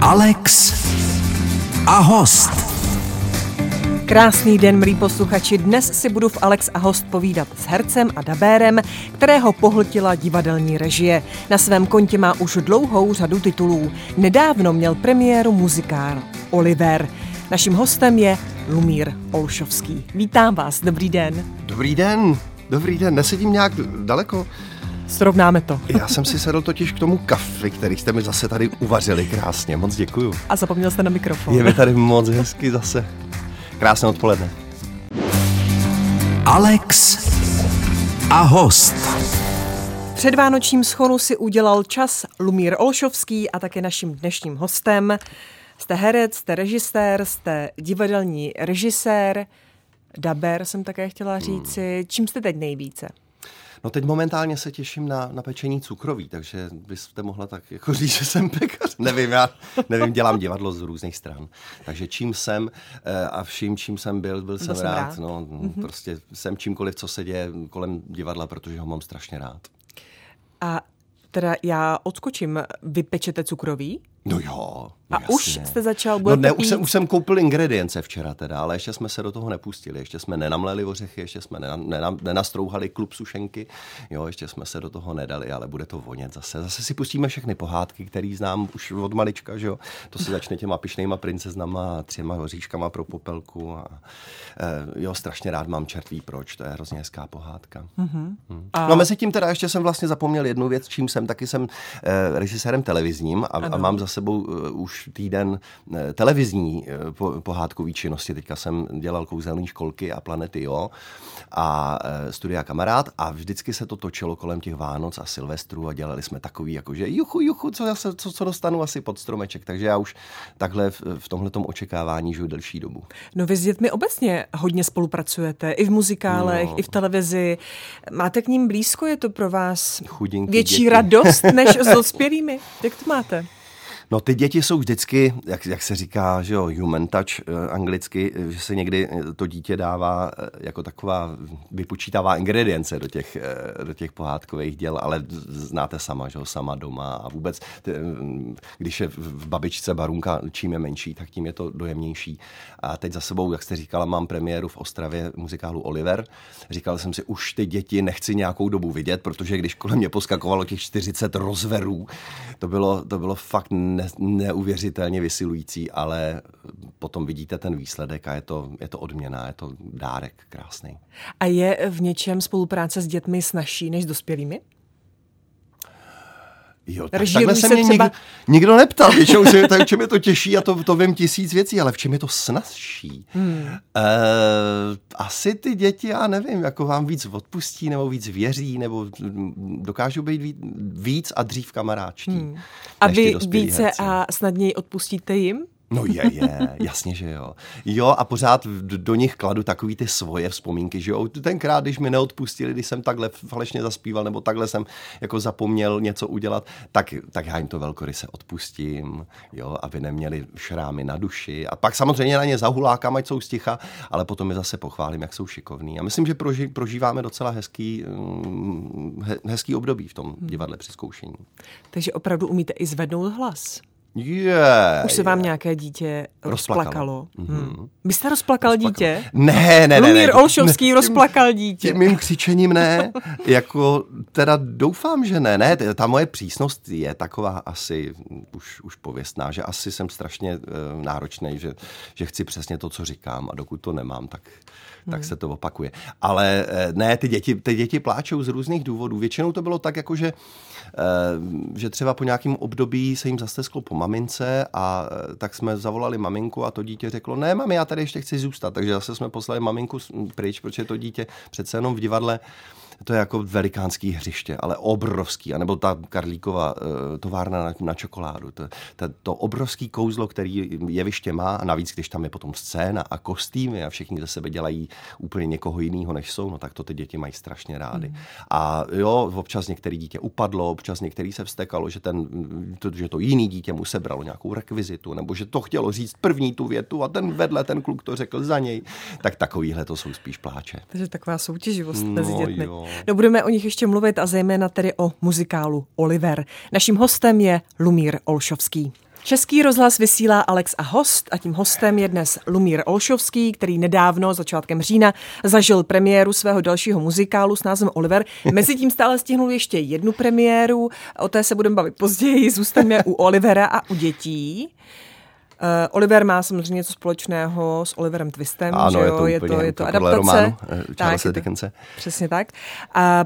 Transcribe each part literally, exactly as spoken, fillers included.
Alex a host. Krásný den, milí posluchači. Dnes si budu v Alex a host povídat s hercem a dabérem, kterého pohltila divadelní režie. Na svém kontě má už dlouhou řadu titulů. Nedávno měl premiéru muzikál Oliver. Naším hostem je Lumír Olšovský. Vítám vás, dobrý den. Dobrý den, dobrý den, nesedím nějak daleko. Srovnáme to. Já jsem si sedl totiž k tomu kafi, který jste mi zase tady uvařili krásně, moc děkuju. A zapomněl jste na mikrofon. Je mi tady moc hezky zase. Krásné odpoledne. Alex a host. V předvánočním schonu si udělal čas Lumír Olšovský a také naším dnešním hostem. Jste herec, jste režisér, jste divadelní režisér, dabér jsem také chtěla říci. Hmm. Čím jste teď nejvíce? No teď momentálně se těším na, na pečení cukroví, takže byste mohla tak jako říct, že jsem pekař. Nevím, já nevím, dělám divadlo z různých stran. Takže čím jsem a vším, čím jsem byl, byl jsem, jsem rád. rád. No, mm-hmm. Prostě jsem čímkoliv, co se děje kolem divadla, protože ho mám strašně rád. A teda já odskočím, vy pečete cukroví? No jo. A jasně. už jste začal, No ne, už jsem, už jsem koupil ingredience včera teda, ale ještě jsme se do toho nepustili. Ještě jsme nenamleli ořechy, ještě jsme nena, nena, nenastrouhali klub sušenky. Jo, ještě jsme se do toho nedali, ale bude to vonět zase. Zase si pustíme všechny pohádky, které znám už od malička, že jo. To si začne těma pyšnejma princeznama a třema hoříškama pro popelku. A, e, jo, strašně rád mám Čert ví proč, to je hrozně hezká pohádka. Mm-hmm. Hmm. A... No mezi tím teda ještě jsem vlastně zapomněl jednu věc, čím jsem, taky jsem e, režisérem televizním a, a mám za sebou uh, už týden uh, televizní uh, po, pohádkový činnosti. Teďka jsem dělal Kouzelný školky a Planety Jo a uh, Studia Kamarád a vždycky se to točilo kolem těch Vánoc a Silvestru a dělali jsme takový jakože juchu, juchu, co, zase, co, co dostanu asi pod stromeček. Takže já už takhle v, v tomhletom očekávání žiju delší dobu. No vy s dětmi obecně hodně spolupracujete, i v muzikálech, no. i v televizi. Máte k ním blízko? Je to pro vás Chudinky větší děti. radost než s dospělými? Jak to máte? No ty děti jsou vždycky, jak, jak se říká, že jo, human touch eh, anglicky, že se někdy to dítě dává eh, jako taková, vypočítává ingredience do těch, eh, do těch pohádkových děl, ale znáte sama, že jo, sama doma a vůbec, t, když je v babičce Barunka, čím je menší, tak tím je to dojemnější. A teď za sebou, jak jste říkala, mám premiéru v Ostravě muzikálu Oliver. Říkal jsem si, už ty děti nechci nějakou dobu vidět, protože když kolem mě poskakovalo těch čtyřicet rozverů, to bylo, to bylo fakt ne, neuvěřitelně vysilující, ale potom vidíte ten výsledek a je to, je to odměna, je to dárek krásný. A je v něčem spolupráce s dětmi snazší než s dospělými? Jo, tak, takhle se mě třeba... nikdo, nikdo neptal, většinou se v čem je to těžší a to, to vím tisíc věcí, ale v čem je to snazší? Hmm. E, asi ty děti, já nevím, jako vám víc odpustí, nebo víc věří, nebo dokážou být víc a dřív kamarádští. Hmm. A vy více herci. A snadněji odpustíte jim? No je, je, jasně, že jo. Jo a pořád do nich kladu takový ty svoje vzpomínky, že jo. Tenkrát, když mi neodpustili, když jsem takhle falešně zaspíval, nebo takhle jsem jako zapomněl něco udělat, tak, tak já jim to velkoryse odpustím, jo, aby neměli šrámy na duši. A pak samozřejmě na ně zahulákám, ať jsou sticha, ale potom je zase pochválím, jak jsou šikovní. A myslím, že proži, prožíváme docela hezký, he, hezký období v tom divadle při zkoušení. Takže opravdu umíte i zvednout hlas. Yeah, Už se vám yeah. nějaké dítě rozplakalo. rozplakalo. Hmm. Vy jste rozplakal rozplakalo. dítě? Ne, ne, ne. Lumír ne, Olšovský ne, rozplakal dítě. Tím mým křičením ne. Jako teda doufám, že ne. Ne, ta moje přísnost je taková asi už, už pověstná, že asi jsem strašně uh, náročnej, že, že chci přesně to, co říkám a dokud to nemám, tak, hmm. tak se to opakuje. Ale uh, ne, ty děti, ty děti pláčou z různých důvodů. Většinou to bylo tak, jako že že třeba po nějakém období se jim zastesklo po mamince a tak jsme zavolali maminku a to dítě řeklo, ne mami, já tady ještě chci zůstat. Takže zase jsme poslali maminku pryč, protože to dítě přece jenom v divadle, to je jako velikánský hřiště, ale obrovský. A nebo ta Karlíkova uh, továrna na, na čokoládu. To, to, to obrovský kouzlo, který jeviště má, a navíc, když tam je potom scéna a kostýmy a všichni ze sebe dělají úplně někoho jiného, než jsou, no tak to ty děti mají strašně rády. Mm. A jo, občas některé dítě upadlo, občas některý se vztekalo, že, ten, to, že to jiný dítě mu sebralo nějakou rekvizitu, nebo že to chtělo říct první tu větu a ten vedle, ten kluk to řekl za něj. Tak takovýhle to jsou spíš pláče. Takže taková soutěživost mezi no, dětmi. Jo. No budeme o nich ještě mluvit a zejména tedy o muzikálu Oliver. Naším hostem je Lumír Olšovský. Český rozhlas vysílá Alex a host a tím hostem je dnes Lumír Olšovský, který nedávno, začátkem října, zažil premiéru svého dalšího muzikálu s názvem Oliver. Mezitím stále stihnul ještě jednu premiéru, o té se budeme bavit později, zůstaneme u Olivera a u dětí. Uh, Oliver má samozřejmě něco společného s Oliverem Twistem, ano, že je to, je úplně, to, je to adaptace. Románu, Charlesa Dickense. Přesně tak. A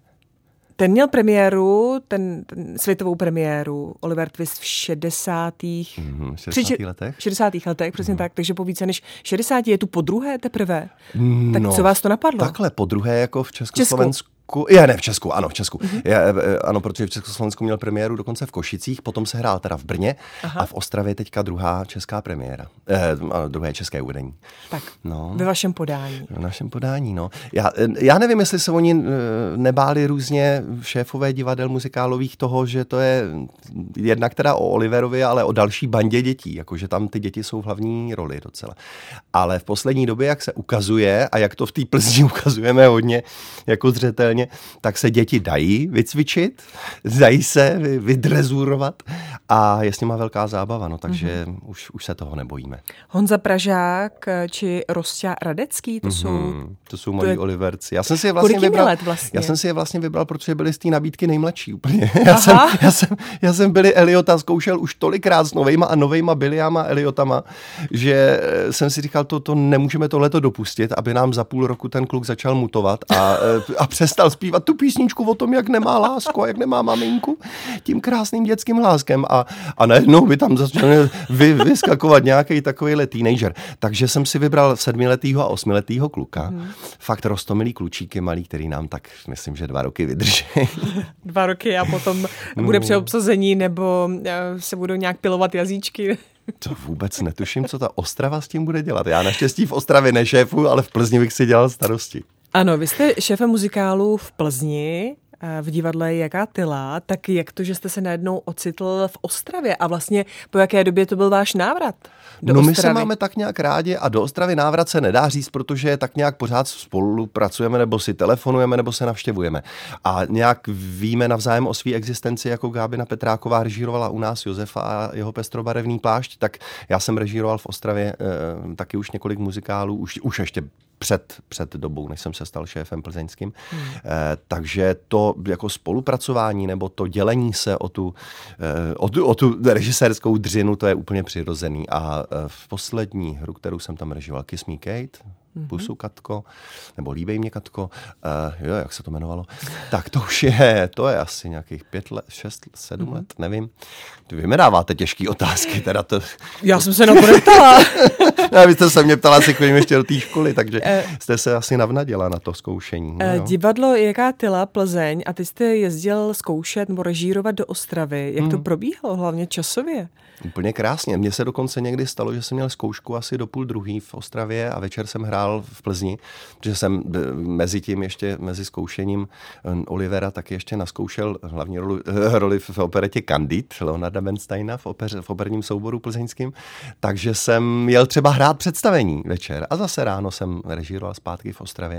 ten měl premiéru, ten, ten světovou premiéru, Oliver Twist v šedesátých Mm, šedesátých letech. šedesátých letech, přesně mm. tak, takže po více než šedesáti je tu po druhé teprve. Tak no, co vás to napadlo? Takhle, po druhé jako v Československu. Je, ne, v Česku, ano, v Česku. Mm-hmm. Je, ano, protože v Československu měl premiéru dokonce v Košicích, potom se hrál teda v Brně. Aha. A v Ostravě je teďka druhá česká premiéra. Eh, druhé české uvedení. Tak, no. Ve vašem podání. V našem podání, no. Já, já nevím, jestli se oni nebáli různě šéfové divadel muzikálových toho, že to je jednak teda o Oliverovi, ale o další bandě dětí, jakože tam ty děti jsou v hlavní roli docela. Ale v poslední době, jak se ukazuje, a jak to v té Plzni ukazujeme hodně jako zřetelně, tak se děti dají vycvičit, dají se vydrezurovat a je s nima velká zábava, no, takže mm-hmm. už, už se toho nebojíme. Honza Pražák či Rosťa Radecký, to mm-hmm. jsou... To jsou moji je... Oliverci. Já jsem si je vlastně vybral, vlastně? Já jsem si je vlastně vybral, protože byli z té nabídky nejmladší úplně. Já jsem, já, jsem, já jsem byli Eliota zkoušel už tolikrát s novejma a novejma Billyama Eliotama, že jsem si říkal, to, to nemůžeme tohleto dopustit, aby nám za půl roku ten kluk začal mutovat a, a přestal zpívat tu písničku o tom, jak nemá lásku a jak nemá maminku tím krásným dětským hláskem a, a najednou by tam začal vy, vyskakovat nějaký takovýhle teenager. Takže jsem si vybral sedmiletýho a osmiletýho kluka. Hmm. Fakt roztomilý klučíky malý, který nám tak, myslím, že dva roky vydrží. Dva roky a potom bude přeobsazení nebo se budou nějak pilovat jazyčky. To vůbec netuším, co ta Ostrava s tím bude dělat. Já naštěstí v Ostravě nešéfuju, ale v Plzni bych si dělal starosti. Ano, vy jste šéfem muzikálu v Plzni, v divadle Jaká Tyla, tak jak to, že jste se najednou ocitl v Ostravě a vlastně po jaké době to byl váš návrat do no Ostravy? My se máme tak nějak rádi a do Ostravy návrat se nedá říct, protože tak nějak pořád spolupracujeme nebo si telefonujeme nebo se navštěvujeme. A nějak víme navzájem o své existenci, jako Gábina Petráková režírovala u nás Josefa a jeho pestrobarevný plášť, tak já jsem režíroval v Ostravě e, taky už několik muzikálů, už, už ještě Před, před dobou, než jsem se stal šéfem plzeňským. Hmm. E, takže to jako spolupracování nebo to dělení se o tu, e, o tu, o tu režisérskou dřinu, to je úplně přirozený. A e, v poslední hru, kterou jsem tam režíroval, Kiss Me Kate, mm-hmm. Pusu Katko, nebo Líbej mě Katko, e, jo, jak se to jmenovalo, tak to už je, to je asi nějakých pět let, šest, sedm mm-hmm. let, nevím. Vy mi dáváte těžké otázky, teda to... Já jsem se na to neptala. No, vy jste se mě ptala, si chodím ještě do té školy, takže jste se asi navnaděla na to zkoušení. No, divadlo Jaká Tyla, Plzeň, a ty jste jezdil zkoušet nebo režírovat do Ostravy. Jak to hmm. probíhalo, hlavně časově? Úplně krásně. Mně se dokonce někdy stalo, že jsem měl zkoušku asi do půl druhý v Ostravě a večer jsem hrál v Plzni, protože jsem mezi tím ještě, mezi zkoušením Olivera taky ještě naskoušel hlavní roli, roli v operetě Candide, Leonarda Bernsteina v, opeře, v operním souboru plzeňským, takže jsem jel třeba hrát představení večer a zase ráno jsem režíroval zpátky v Ostravě.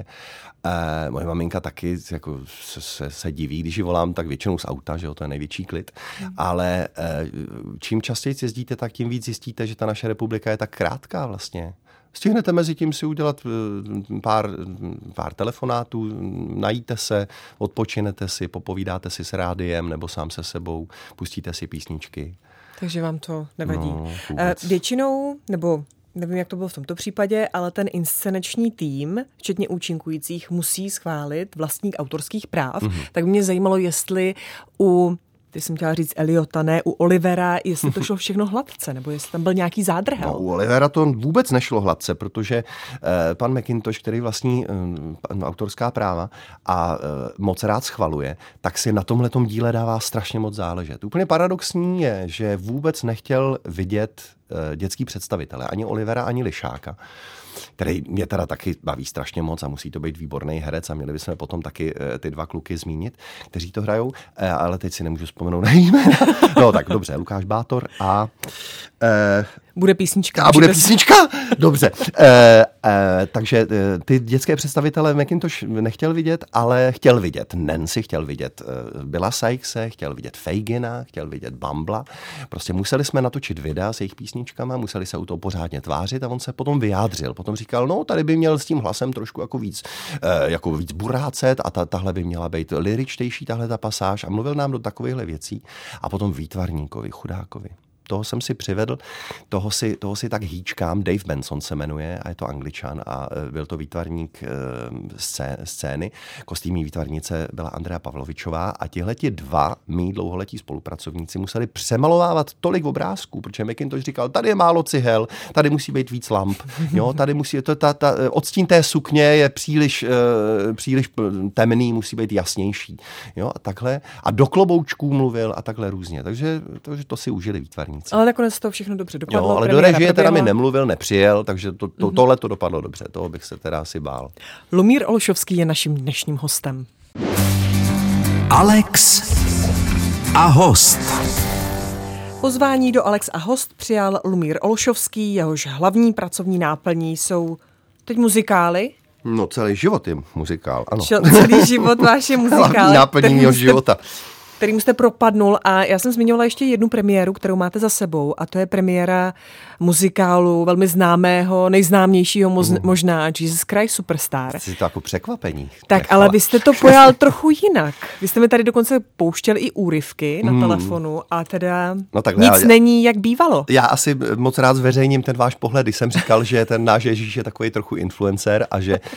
E, moje maminka taky jako se, se, se diví, když ji volám, tak většinou z auta, že jo, to je největší klid, mm. ale e, čím častěji jezdíte, tak tím víc zjistíte, že ta naše republika je tak krátká vlastně. Stihnete mezi tím si udělat pár, pár telefonátů, najíte se, odpočinete si, popovídáte si s rádiem nebo sám se sebou, pustíte si písničky. Takže vám to nevadí. No, Většinou, nebo nevím, jak to bylo v tomto případě, ale ten inscenační tým, včetně účinkujících, musí schválit vlastník autorských práv. Mm-hmm. Tak by mě zajímalo, jestli u... Ty jsem chtěla říct Eliota, ne u Olivera, jestli to šlo všechno hladce, nebo jestli tam byl nějaký zádrhel. No, u Olivera to vůbec nešlo hladce, protože eh, pan McIntosh, který vlastní eh, autorská práva a eh, moc rád schvaluje, tak si na tomhletom díle dává strašně moc záležet. Úplně paradoxní je, že vůbec nechtěl vidět eh, dětský představitele, ani Olivera, ani Lišáka, který mě teda taky baví strašně moc a musí to být výborný herec a měli bychom potom taky e, ty dva kluky zmínit, kteří to hrajou, e, ale teď si nemůžu vzpomenout na jména. No tak dobře, Lukáš Bátor a... E, Bude písnička. A bude písnička? Dobře. E, e, takže e, ty dětské představitele Macintosh nechtěl vidět, ale chtěl vidět. Nancy chtěl vidět e, Billa Sykese, chtěl vidět Fagina, chtěl vidět Bumbla. Prostě museli jsme natočit videa s jejich písničkama, museli se u toho pořádně tvářit a on se potom vyjádřil. Potom říkal, no tady by měl s tím hlasem trošku jako víc, e, jako víc burácet a ta, tahle by měla být lyričtější, tahle ta pasáž a mluvil nám do takovýchhle věcí a potom výtvarníkovi, chudákovi. Toho jsem si přivedl, toho si, toho si tak hýčkám, Dave Benson se jmenuje a je to Angličan a byl to výtvarník scé, scény. Kostýmní výtvarnice byla Andrea Pavlovičová a tihleti dva mý dlouholetí spolupracovníci museli přemalovávat tolik obrázků, protože Macintosh říkal, tady je málo cihel, tady musí být víc lamp, jo, tady musí, to, ta, ta, odstín té sukně je příliš, uh, příliš temný, musí být jasnější, jo, a takhle. A do kloboučků mluvil a takhle různě, takže to, to si užili výtvarníci. Ale nakonec to všechno dobře dopadlo. Jo, ale do režie teda mi nemluvil, nepřijel, takže to, to, tohle to dopadlo dobře, toho bych se teda asi bál. Lumír Olšovský je naším dnešním hostem. Alex a host. Pozvání do Alex a host přijal Lumír Olšovský, jehož hlavní pracovní náplní jsou teď muzikály. No celý život je muzikál, ano. Čo, celý život váš je muzikál. Hlavní náplní mého života. Kterým jste propadnul a já jsem zmiňovala ještě jednu premiéru, kterou máte za sebou a to je premiéra muzikálu velmi známého, nejznámějšího moz, mm. možná Jesus Christ Superstar. Jsi to jako překvapení. Tak, nechala. Ale vy jste to pojal trochu jinak. Vy jste mi tady dokonce pouštěl i úryvky na mm. telefonu a teda no tak, nic já, není, jak bývalo. Já asi moc rád zveřejním ten váš pohled, když jsem říkal, že ten náš Ježíš je takový trochu influencer a že,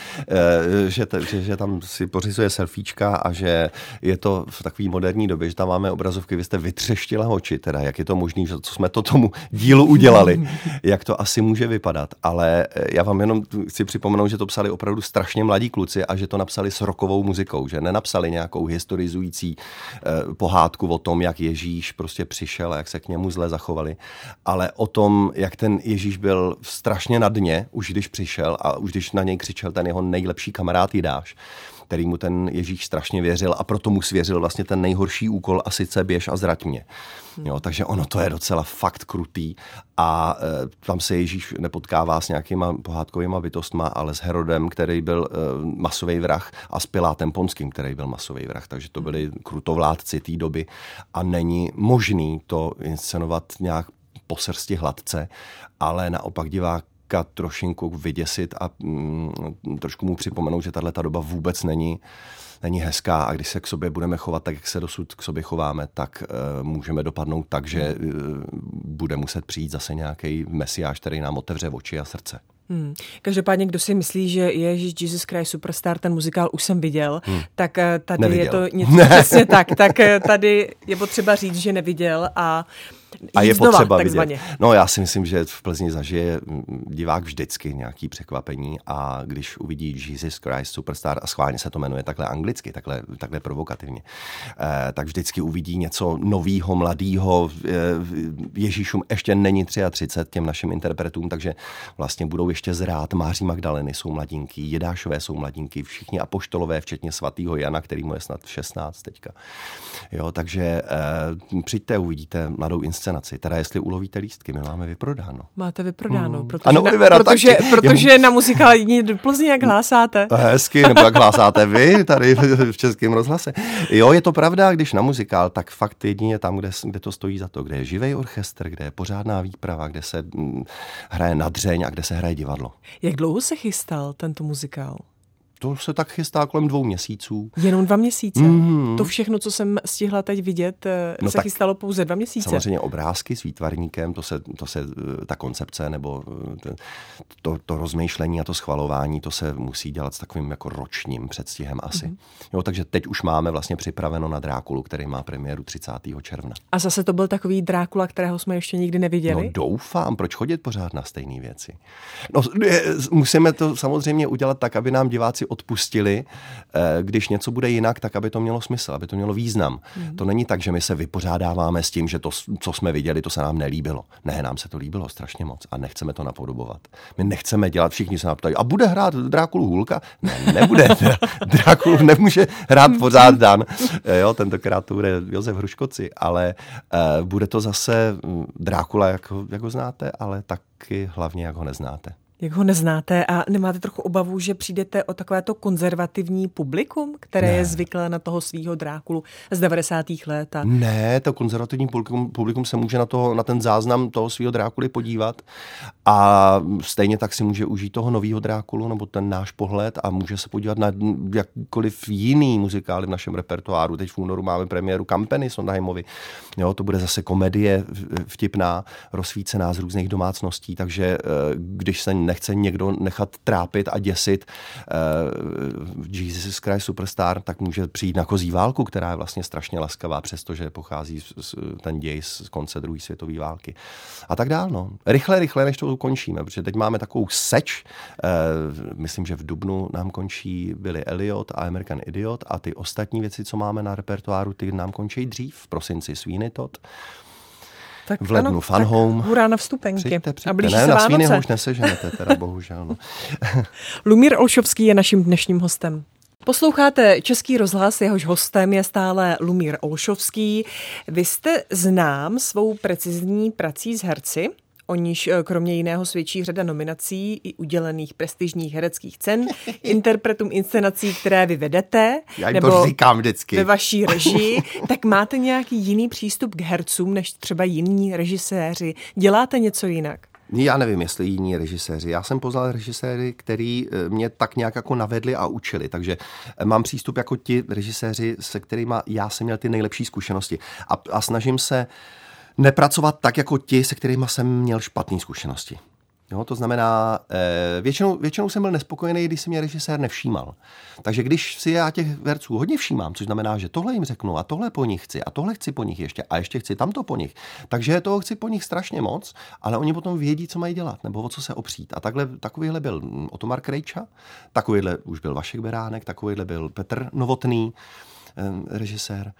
že, že, že tam si pořizuje selfiečka a že je to v takový moderní době, že tam máme obrazovky, vy jste vytřeštila oči, teda jak je to možné, že co jsme to tomu dílu udělali, jak to asi může vypadat, ale já vám jenom chci připomenout, že to psali opravdu strašně mladí kluci a že to napsali s rockovou muzikou, že nenapsali nějakou historizující eh, pohádku o tom, jak Ježíš prostě přišel a jak se k němu zle zachovali, ale o tom, jak ten Ježíš byl strašně na dně, už když přišel a už když na něj křičel ten jeho nejlepší kamarád Jidáš, který mu ten Ježíš strašně věřil a proto mu svěřil vlastně ten nejhorší úkol a sice běž a zrať mě. Jo, takže ono to je docela fakt krutý a e, tam se Ježíš nepotkává s nějakýma pohádkovýma bytostma, ale s Herodem, který byl e, masový vrah a s Pilátem Ponským, který byl masový vrah, takže to byli krutovládci té doby a není možný to inscenovat nějak po srsti hladce, ale naopak divák trošinku vyděsit a mm, trošku mu připomenout, že tahle ta doba vůbec není, není hezká a když se k sobě budeme chovat tak, jak se dosud k sobě chováme, tak uh, můžeme dopadnout tak, že uh, bude muset přijít zase nějaký mesiáš, který nám otevře oči a srdce. Hmm. Každopádně, kdo si myslí, že Ježíš Jesus Christ Superstar, ten muzikál už jsem viděl, hmm. tak tady neviděl. Je to něco přesně tak. Tak tady je potřeba říct, že neviděl a A je znova, potřeba takzvaně. vidět. No já si myslím, že v Plzni zažije divák vždycky nějaký překvapení a když uvidí Jesus Christ Superstar a schválně se to jmenuje takhle anglicky, takhle, takhle provokativně, eh, tak vždycky uvidí něco novýho, mladýho. Eh, Ježíšům ještě není třicet tři těm našim interpretům, takže vlastně budou ještě zrát. Máří Magdaleny jsou mladinky, Jidášové jsou mladinky, všichni apoštolové, včetně svatýho Jana, který mu je snad šestnáct teďka. Jo, takže eh, přijďte, uvidíte mladou inscenaci. Teda jestli ulovíte lístky, my máme vyprodáno. Máte vyprodáno, hmm. protože, ano, na, Olivera, protože, protože na muzikál jedině do Plzně, jak hlásáte. Hezky, nebo jak hlásáte vy tady v Českém rozhlase. Jo, je to pravda, když na muzikál, tak fakt jedině tam, kde, kde to stojí za to, kde je živej orchestr, kde je pořádná výprava, kde se hm, hraje na dřeň a kde se hraje divadlo. Jak dlouho se chystal tento muzikál? To se tak chystá kolem dvou měsíců. Jenom dva měsíce? Mm-hmm. To všechno, co jsem stihla teď vidět, no se chystalo pouze dva měsíce? Samozřejmě obrázky s výtvarníkem, to se, to se ta koncepce nebo to, to rozmýšlení a to schvalování, to se musí dělat s takovým jako ročním předstihem asi. Mm-hmm. Jo, takže teď už máme vlastně připraveno na Drákulu, který má premiéru třicátého června. A zase to byl takový Drákula, kterého jsme ještě nikdy neviděli? No doufám, proč chodit pořád na stejné věci? No musíme to samozřejmě udělat tak, aby nám diváci odpustili, když něco bude jinak, tak aby to mělo smysl, aby to mělo význam. Mm. To není tak, že my se vypořádáváme s tím, že to, co jsme viděli, to se nám nelíbilo. Ne, nám se to líbilo strašně moc a nechceme to napodobovat. My nechceme dělat, všichni se nám ptají, a bude hrát Drákulu Hůlka? Ne, nebude. Drákulu nemůže hrát pořád Dan. Jo, tentokrát to bude Josef Hruškoci, ale uh, bude to zase Drákula, jak ho, jak ho znáte, ale taky hlavně, jak ho neznáte. Jak ho neznáte a nemáte trochu obavu, že přijdete o takovéto konzervativní publikum, které ne. je zvyklé na toho svýho Drákulu z devadesátých let? A... Ne, to konzervativní publikum, publikum se může na, toho, na ten záznam toho svýho Drákuly podívat a stejně tak si může užít toho novýho Drákulu nebo ten náš pohled a může se podívat na jakkoliv jiný muzikály v našem repertoáru. Teď v únoru máme premiéru Kampeny Sondheimovy. Jo, to bude zase komedie vtipná, rozsvícená z různých domácností, takže když se nechce někdo nechat trápit a děsit uh, Jesus Christ Superstar, tak může přijít na Kozí válku, která je vlastně strašně laskavá, přestože pochází z, z, ten děj z konce druhé světové války. A tak dál, no. Rychle, rychle, než to ukončíme, protože teď máme takovou seč. Uh, myslím, že v dubnu nám končí Billy Elliot a American Idiot a ty ostatní věci, co máme na repertoáru, ty nám končí dřív. V prosinci Sweeney Todd. Tak v lednu ano, Fun Home. Hurá na vstupenky. Přijďte, přijďte. A blíží ne, se na Vánoce. Sweeneyho už neseženete, teda bohužel. No. Lumír Olšovský je naším dnešním hostem. Posloucháte Český rozhlas, jehož hostem je stále Lumír Olšovský. Vy jste znám svou precizní prací s herci, o níž kromě jiného svědčí řada nominací i udělených prestižních hereckých cen, interpretům inscenací, které vy vedete, Já nebo to říkám vždycky. ve vaší režii, tak máte nějaký jiný přístup k hercům než třeba jiní režiséři? Děláte něco jinak? Já nevím, jestli jiní režiséři. Já jsem poznal režiséry, který mě tak nějak jako navedli a učili, takže mám přístup jako ti režiséři, se kterými já jsem měl ty nejlepší zkušenosti. A, a snažím se nepracovat tak jako ti, se kterými jsem měl špatné zkušenosti. Jo, to znamená, eh, většinou, většinou jsem byl nespokojený, když se mě režisér nevšímal. Takže když si já těch herců hodně všímám, což znamená, že tohle jim řeknu a tohle po nich chci a tohle chci po nich ještě a ještě chci tamto po nich, takže toho chci po nich strašně moc, ale oni potom vědí, co mají dělat nebo o co se opřít. A takhle, takovýhle byl Otomar Krejča, takovýhle už byl Vašek Beránek, takovýhle byl Petr Novotný, režisér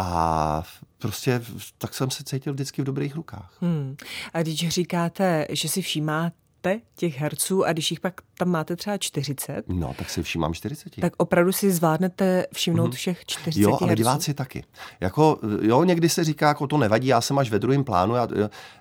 a prostě tak jsem se cítil vždycky v dobrých rukách. Hmm. A když říkáte, že si všímáte těch herců a když jich pak tam máte třeba čtyřicet. No, tak si všímám čtyřicet. Tak opravdu si zvládnete všimnout mm-hmm. všech čtyřicet Jo, herců? ale diváci taky. Jako, jo, někdy se říká, jako to nevadí, já jsem až ve druhém plánu. Já,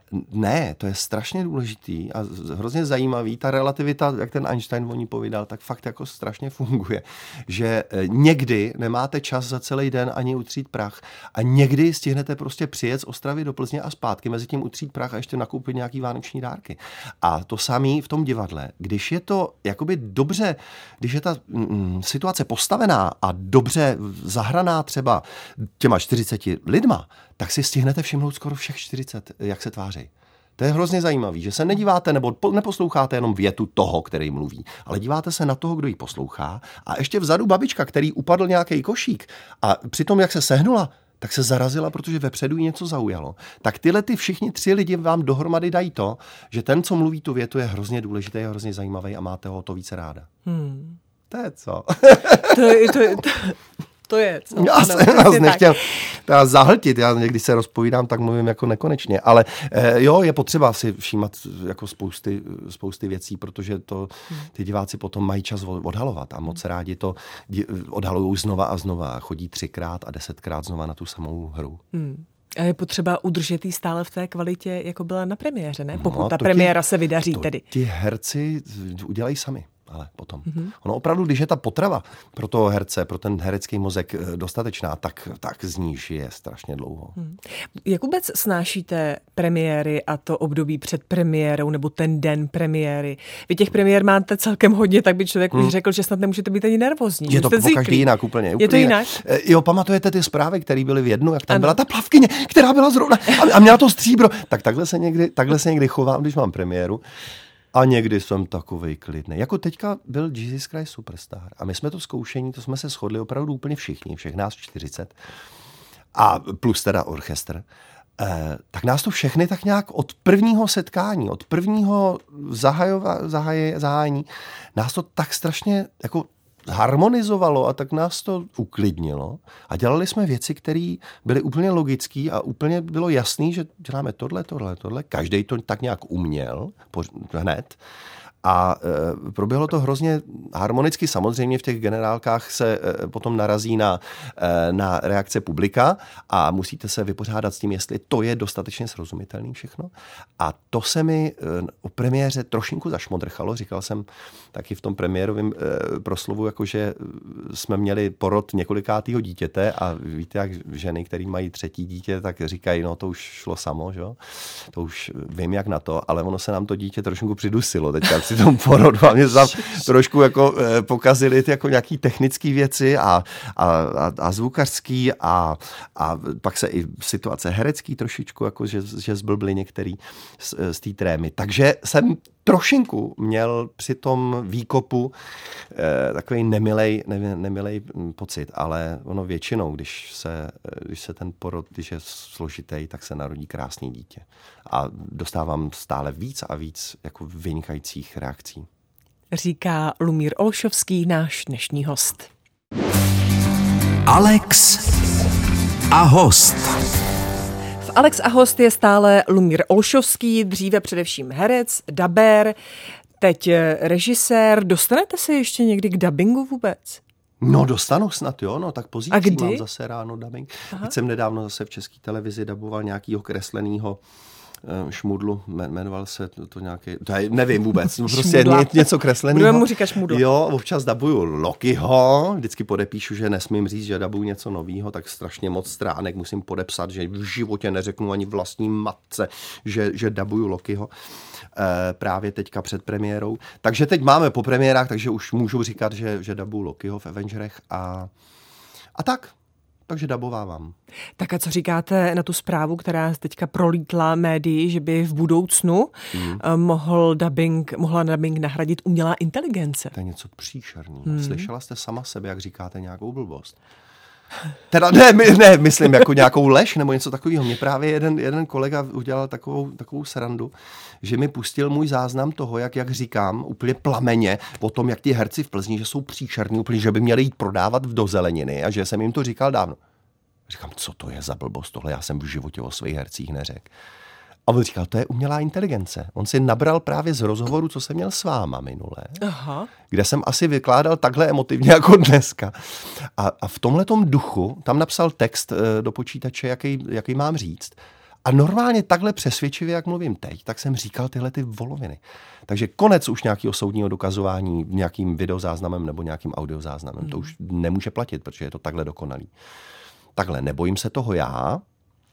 ne, to je strašně důležitý a hrozně zajímavý. Ta relativita, jak ten Einstein o ní povídal, tak fakt jako strašně funguje. Že někdy nemáte čas za celý den ani utřít prach a někdy stihnete prostě přijet z Ostravy do Plzně a zpátky, mezi tím utřít prach a ještě nakoupit nějaký vánoční dárky. A to samé v tom divadle. Když je to jakoby dobře, když je ta mm, situace postavená a dobře zahraná třeba těma čtyřiceti lidma, tak si stihnete všimnout skoro všech čtyřicet, jak se tváří. To je hrozně zajímavý, že se nedíváte nebo neposloucháte jenom větu toho, který mluví, ale díváte se na toho, kdo ji poslouchá a ještě vzadu babička, který upadl nějaký košík a přitom, jak se sehnula, tak se zarazila, protože vepředu jí něco zaujalo. Tak tyhle ty všichni tři lidi vám dohromady dají to, že ten, co mluví tu větu, je hrozně důležitý, je hrozně zajímavý a máte ho to více ráda. Hmm. To je co? to, je, to, je, to, to je co? Já jsem no, vás nechtěl teda zahltit, já někdy se rozpovídám, tak mluvím jako nekonečně, ale eh, jo, je potřeba si všímat jako spousty, spousty věcí, protože to ty diváci potom mají čas odhalovat a moc rádi to odhalují znova a znova, chodí třikrát a desetkrát znova na tu samou hru. Hmm. A je potřeba udržet jí stále v té kvalitě, jako byla na premiéře, ne? Pokud no, ta premiéra ti, se vydaří to tedy. Ti herci udělají sami. Ale potom. Mm-hmm. Ono opravdu, když je ta potrava pro toho herce, pro ten herecký mozek dostatečná, tak, tak z ní je strašně dlouho. Mm. Jak vůbec snášíte premiéry a to období před premiérou nebo ten den premiéry? Vy těch premiér máte celkem hodně, tak by člověk mm. už řekl, že snad nemůžete být ani nervózní. Je to po každý jinak úplně. úplně je to jinak? jinak. Jo, pamatujete ty zprávy, které byly v jednu, jak tam ano. byla ta plavkyně, která byla zrovna a, a měla to stříbro. Tak takhle se někdy, takhle se někdy chovám, když mám premiéru. A někdy jsem takovej klidný. Jako teďka byl Jesus Christ Superstar. A my jsme to zkoušení, to jsme se shodli opravdu úplně všichni, všech nás čtyřicet. A plus teda orchestr. Eh, tak nás to všechny tak nějak od prvního setkání, od prvního zahajova, zahaje, zahájení, nás to tak strašně jako harmonizovalo a tak nás to uklidnilo a dělali jsme věci, které byly úplně logické a úplně bylo jasný, že děláme tohle, tohle, tohle. Každý to tak nějak uměl hned. A e, proběhlo to hrozně harmonicky. Samozřejmě v těch generálkách se e, potom narazí na, e, na reakce publika a musíte se vypořádat s tím, jestli to je dostatečně srozumitelný všechno. A to se mi e, o premiéře trošinku zašmodrchalo. Říkal jsem taky v tom premiérovém e, proslovu, jakože jsme měli porod několikátýho dítěte a víte, jak ženy, které mají třetí dítě, tak říkají, no to už šlo samo, že? To už vím, jak na to, ale ono se nám to dítě trošinku přidusilo teďka při tom porodu a mě tam trošku jako eh, pokazili ty jako nějaký technické věci a, a, a, a zvukařský a, a pak se i situace herecký trošičku, jako že, že zblbli některý z, z té trémy. Takže jsem trošinku měl při tom výkopu eh, takový nemilej, ne, nemilej pocit, ale ono většinou, když se, když se ten porod, když je složitý, tak se narodí krásný dítě. A dostávám stále víc a víc jako vynikajících reakcí. Říká Lumír Olšovský, náš dnešní host. Alex a host. V Alex a host je stále Lumír Olšovský, dříve především herec, dabér, teď režisér. Dostanete se ještě někdy k dabingu vůbec? No dostanu snad, jo, no tak pozítří a kdy? Mám zase ráno dabing. Teď jsem nedávno zase v České televizi daboval nějakýho kreslenýho šmudlu, jmenoval se to, to nějaký, to je, nevím vůbec, no prostě ně, něco kresleného. Budeme mu říkat šmudla. Jo, občas dabuju Lokiho, vždycky podepíšu, že nesmím říct, že dabuju něco novýho, tak strašně moc stránek musím podepsat, že v životě neřeknu ani vlastní matce, že, že dabuju Lokiho e, právě teďka před premiérou. Takže teď máme po premiérách, takže už můžu říkat, že, že dabuju Lokiho v Avengerech a, a tak. Takže dabovávám. Tak a co říkáte na tu zprávu, která teďka prolítla médii, že by v budoucnu mm. mohl dubbing, mohla dubbing nahradit umělá inteligence? To je něco příšerného. Mm. Slyšela jste sama sebe, jak říkáte nějakou blbost? Teda ne, my, ne, myslím jako nějakou lež nebo něco takového. Mě právě jeden, jeden kolega udělal takovou, takovou srandu, že mi pustil můj záznam toho, jak, jak říkám, úplně plameně o tom, jak ty herci v Plzni, že jsou příšerní, úplně, že by měli jít prodávat do zeleniny a že jsem jim to říkal dávno. Říkám, co to je za blbost tohle, já jsem v životě o svých hercích neřekl. A on říkal, to je umělá inteligence. On si nabral právě z rozhovoru, co jsem měl s váma minule, Aha. kde jsem asi vykládal takhle emotivně jako dneska. A, a v tomhletom duchu tam napsal text e, do počítače, jaký, jaký mám říct. A normálně takhle přesvědčivě, jak mluvím teď, tak jsem říkal tyhle ty voloviny. Takže konec už nějakého soudního dokazování nějakým videozáznamem nebo nějakým audiozáznamem. Hmm. To už nemůže platit, protože je to takhle dokonalý. Takhle, nebojím se toho já,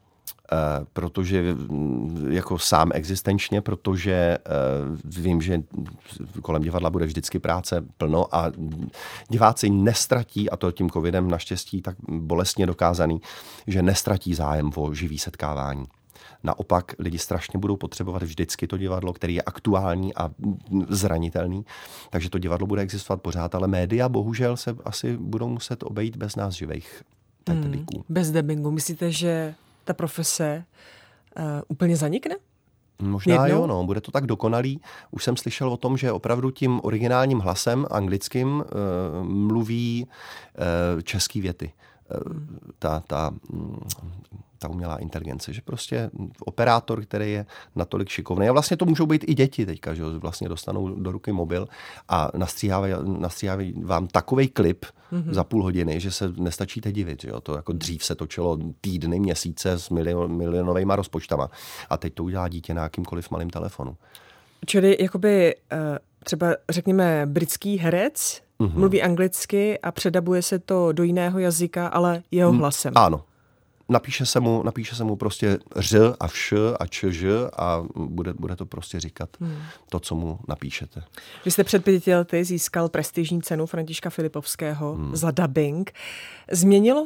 Uh, protože jako sám existenčně, protože uh, vím, že kolem divadla bude vždycky práce plno a diváci nestratí, a to tím covidem naštěstí tak bolestně dokázaný, že nestratí zájem o živý setkávání. Naopak lidi strašně budou potřebovat vždycky to divadlo, který je aktuální a zranitelný, takže to divadlo bude existovat pořád, ale média bohužel se asi budou muset obejít bez nás živých tajtelíků. Hmm, bez dabingu. Myslíte, že ta profese uh, úplně zanikne? Možná Jednou? jo, no, bude to tak dokonalý. Už jsem slyšel o tom, že opravdu tím originálním hlasem anglickým uh, mluví uh, český věty. Uh, hmm. ta, ta, um, ta umělá inteligence, že prostě operátor, který je natolik šikovný. A vlastně to můžou být i děti teďka, že vlastně dostanou do ruky mobil a nastříhávají, nastříhávají vám takovej klip mm-hmm. za půl hodiny, že se nestačíte divit. Že jo? To jako dřív se točilo týdny, měsíce s milion, milionovejma rozpočtama. A teď to udělá dítě na jakýmkoliv malým telefonu. Čili jakoby třeba řekněme britský herec mm-hmm. mluví anglicky a předabuje se to do jiného jazyka, ale jeho hlasem. Mm, ano. Napíše se mu, napíše se mu prostě ř a vš a čž a bude, bude to prostě říkat hmm. to, co mu napíšete. Vy jste před pěti lety získal prestižní cenu Františka Filipovského hmm. za dabing. Změnilo to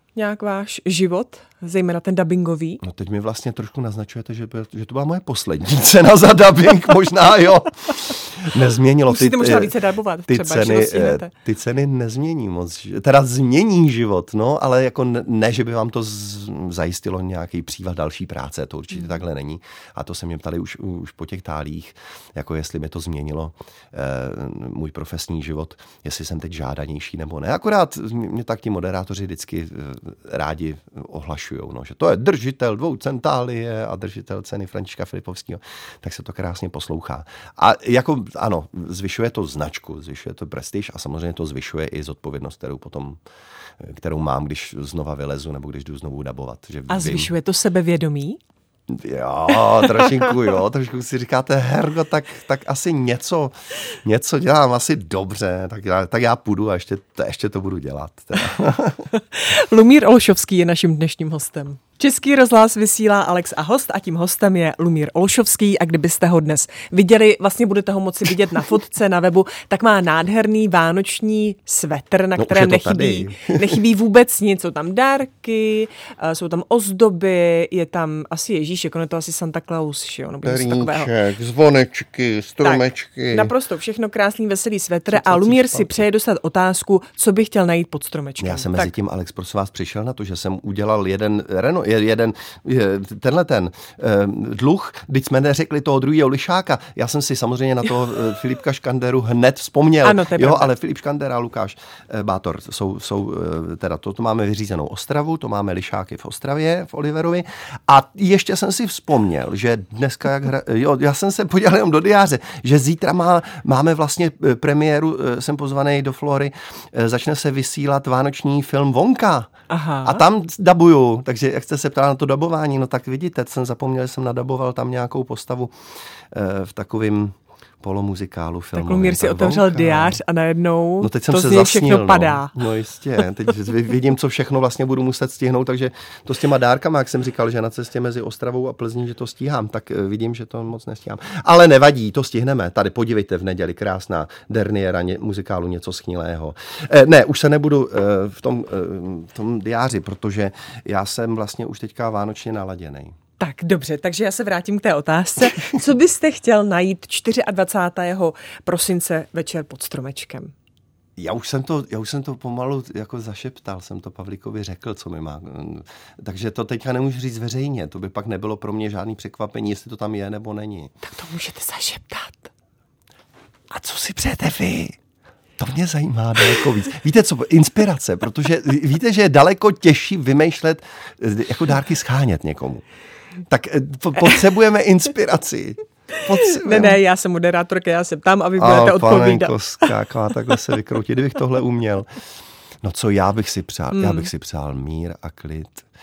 nějak váš život, zejména ten dabingový? No teď mi vlastně trošku naznačujete, že, že to byla moje poslední cena za dabing, možná jo. Nezměnilo. Musíte ty, možná více dabovat, ty třeba, ceny, že ty ceny nezmění moc. Teda změní život, no, ale jako ne, ne že by vám to z, zajistilo nějaký přívad další práce, to určitě hmm. takhle není. A to se mě ptali už, už po těch tálích, jako jestli mi to změnilo eh, můj profesní život, jestli jsem teď žádanější nebo ne. Akorát mě tak ti moderátoři vždycky eh, rádi ohlašujou, no, že to je držitel dvou centálie a držitel ceny Františka Filipovského, tak se to krásně poslouchá. A jako ano, zvyšuje to značku, zvyšuje to prestiž a samozřejmě to zvyšuje i zodpovědnost, kterou potom, kterou mám, když znova vylezu nebo když jdu znovu dabovat. Že a vím, zvyšuje to sebevědomí? Jo, trošinku, jo, trošku si říkáte, hergo, tak, tak asi něco, něco dělám asi dobře, tak já, tak já půjdu a ještě, ještě to budu dělat. Lumír Olšovský je naším dnešním hostem. Český rozhlas vysílá Alex a host a tím hostem je Lumír Olšovský a kdybyste ho dnes viděli, vlastně budete ho moci vidět na fotce na webu, tak má nádherný vánoční svetr, na no, kterém nechybí, nechybí vůbec nic. Jsou tam dárky, jsou tam ozdoby, je tam asi Ježíšek, on je to asi Santa Claus, že jo? Perníček, zvonečky, stromečky. Tak, naprosto všechno krásný, veselý svetr a Lumír si přeje dostat otázku, co by chtěl najít pod stromečkem. Já jsem tak. mezi tím, Alex, prosím vás, přišel na to, že jsem udělal jeden Reno, jeden, tenhle ten dluh, když jsme neřekli toho druhého lišáka, já jsem si samozřejmě na toho Filipka Škanderu hned vzpomněl. Ano, to je jo, pravda. ale Filip Škandera a Lukáš Bátor jsou, jsou teda to, to máme vyřízenou Ostravu, to máme lišáky v Ostravě, v Oliverovi a ještě jsem si vzpomněl, že dneska, jak hra, jo, já jsem se podíval jenom do diáře, že zítra má, máme vlastně premiéru, jsem pozvaný do Flory, začne se vysílat vánoční film Wonka. Aha. A tam dabuju, takže jak jste se ptala na to dabování, no tak vidíte, jsem zapomněl, že jsem nadaboval tam nějakou postavu e, v takovým polomuzikálu filmovým. Tak Lumír si otevřel Wonka. Diář a najednou no teď jsem to se z něj zasnil, všechno no. padá. No jistě, teď vidím, co všechno vlastně budu muset stihnout, takže to s těma dárkama, jak jsem říkal, že na cestě mezi Ostravou a Plzní, že to stíhám, tak vidím, že to moc nestíhám. Ale nevadí, to stihneme. Tady podívejte v neděli, krásná derniéra ně, muzikálu Něco schnilého. Eh, ne, už se nebudu eh, v, tom, eh, v tom diáři, protože já jsem vlastně už teďka vánočně naladěnej. Tak dobře, takže já se vrátím k té otázce. Co byste chtěl najít dvacátého čtvrtého prosince večer pod stromečkem? Já už jsem to, já už jsem to pomalu jako zašeptal, jsem to Pavlíkovi řekl, co mi má. Takže to teďka nemůžu říct veřejně, to by pak nebylo pro mě žádný překvapení, jestli to tam je nebo není. Tak to můžete zašeptat. A co si přejete vy? To mě zajímá daleko víc. Víte co, inspirace, protože víte, že je daleko těžší vymýšlet, jako dárky schánět někomu. Tak potřebujeme inspiraci. Potřebujeme. Ne, ne, já jsem moderátorka, já jsem tam a vy budete odpovídat. Panenko skáká, takhle se vykroutit, kdybych tohle uměl. No co já bych si přál? Hmm. Já bych si přál mír a klid.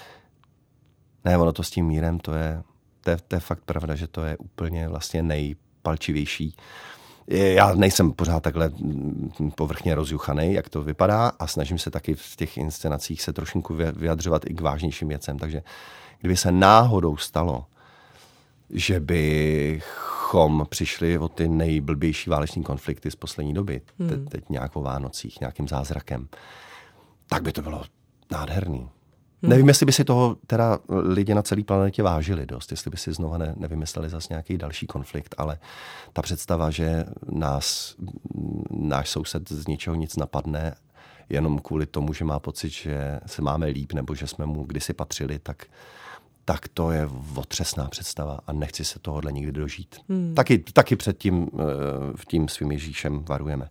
Ne, ono to s tím mírem, to je, to je, to je fakt pravda, že to je úplně vlastně nejpalčivější. Já nejsem pořád takhle povrchně rozjuchanej, jak to vypadá a snažím se taky v těch inscenacích se trošinku vyjadřovat i k vážnějším věcem, takže kdyby se náhodou stalo, že bychom přišli o ty nejblbější váleční konflikty z poslední doby, hmm. Te, teď nějak o Vánocích, nějakým zázrakem, tak by to bylo nádherný. Hmm. Nevím, jestli by si toho teda lidi na celé planetě vážili dost, jestli by si znova ne, nevymysleli zase nějaký další konflikt, ale ta představa, že nás, náš soused z ničeho nic napadne, jenom kvůli tomu, že má pocit, že se máme líp, nebo že jsme mu kdysi patřili, tak, tak to je otřesná představa a nechci se tohohle nikdy dožít. Hmm. Taky, taky před tím, tím svým Ježíšem varujeme.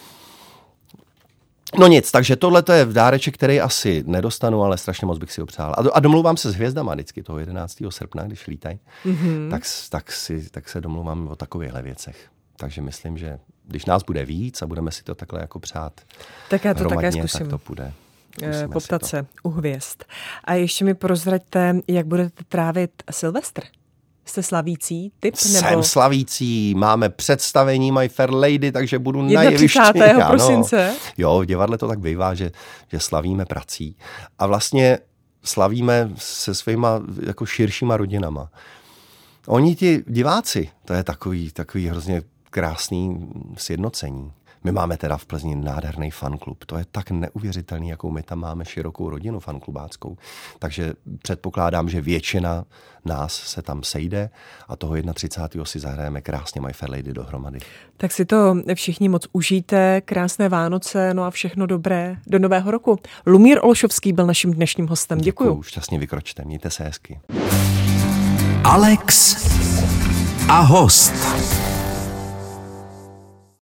No nic, takže tohle je dáreček, který asi nedostanu, ale strašně moc bych si ho přál. A, a domluvám se s hvězdama vždycky toho jedenáctého srpna, když lítají, mm-hmm. tak, tak, si, tak se domluvám o takovýchhle věcech. Takže myslím, že když nás bude víc a budeme si to takhle jako přát tak já to hromadně, také zkusím. Tak to půjde. Poptat se u hvězd. A ještě mi prozraďte, jak budete trávit Silvestr. Jste slavící typ? Nebo... Jsem slavící, máme představení My Fair Lady, takže budu na jevišti. třicátého prosince Jo, v divadle to tak bývá, že, že slavíme prací. A vlastně slavíme se svýma jako širšíma rodinama. Oni ti diváci, to je takový, takový hrozně krásný sjednocení. My máme teda v Plzni nádherný fanklub. To je tak neuvěřitelný, jakou my tam máme širokou rodinu fanklubáckou. Takže předpokládám, že většina nás se tam sejde a toho třicátého prvního si zahrajeme krásně My Fair Lady dohromady. Tak si to všichni moc užijte, krásné Vánoce, no a všechno dobré do nového roku. Lumír Olšovský byl naším dnešním hostem. Děkuju. Děkuju, šťastně vykročte, mějte se hezky. Alex a host.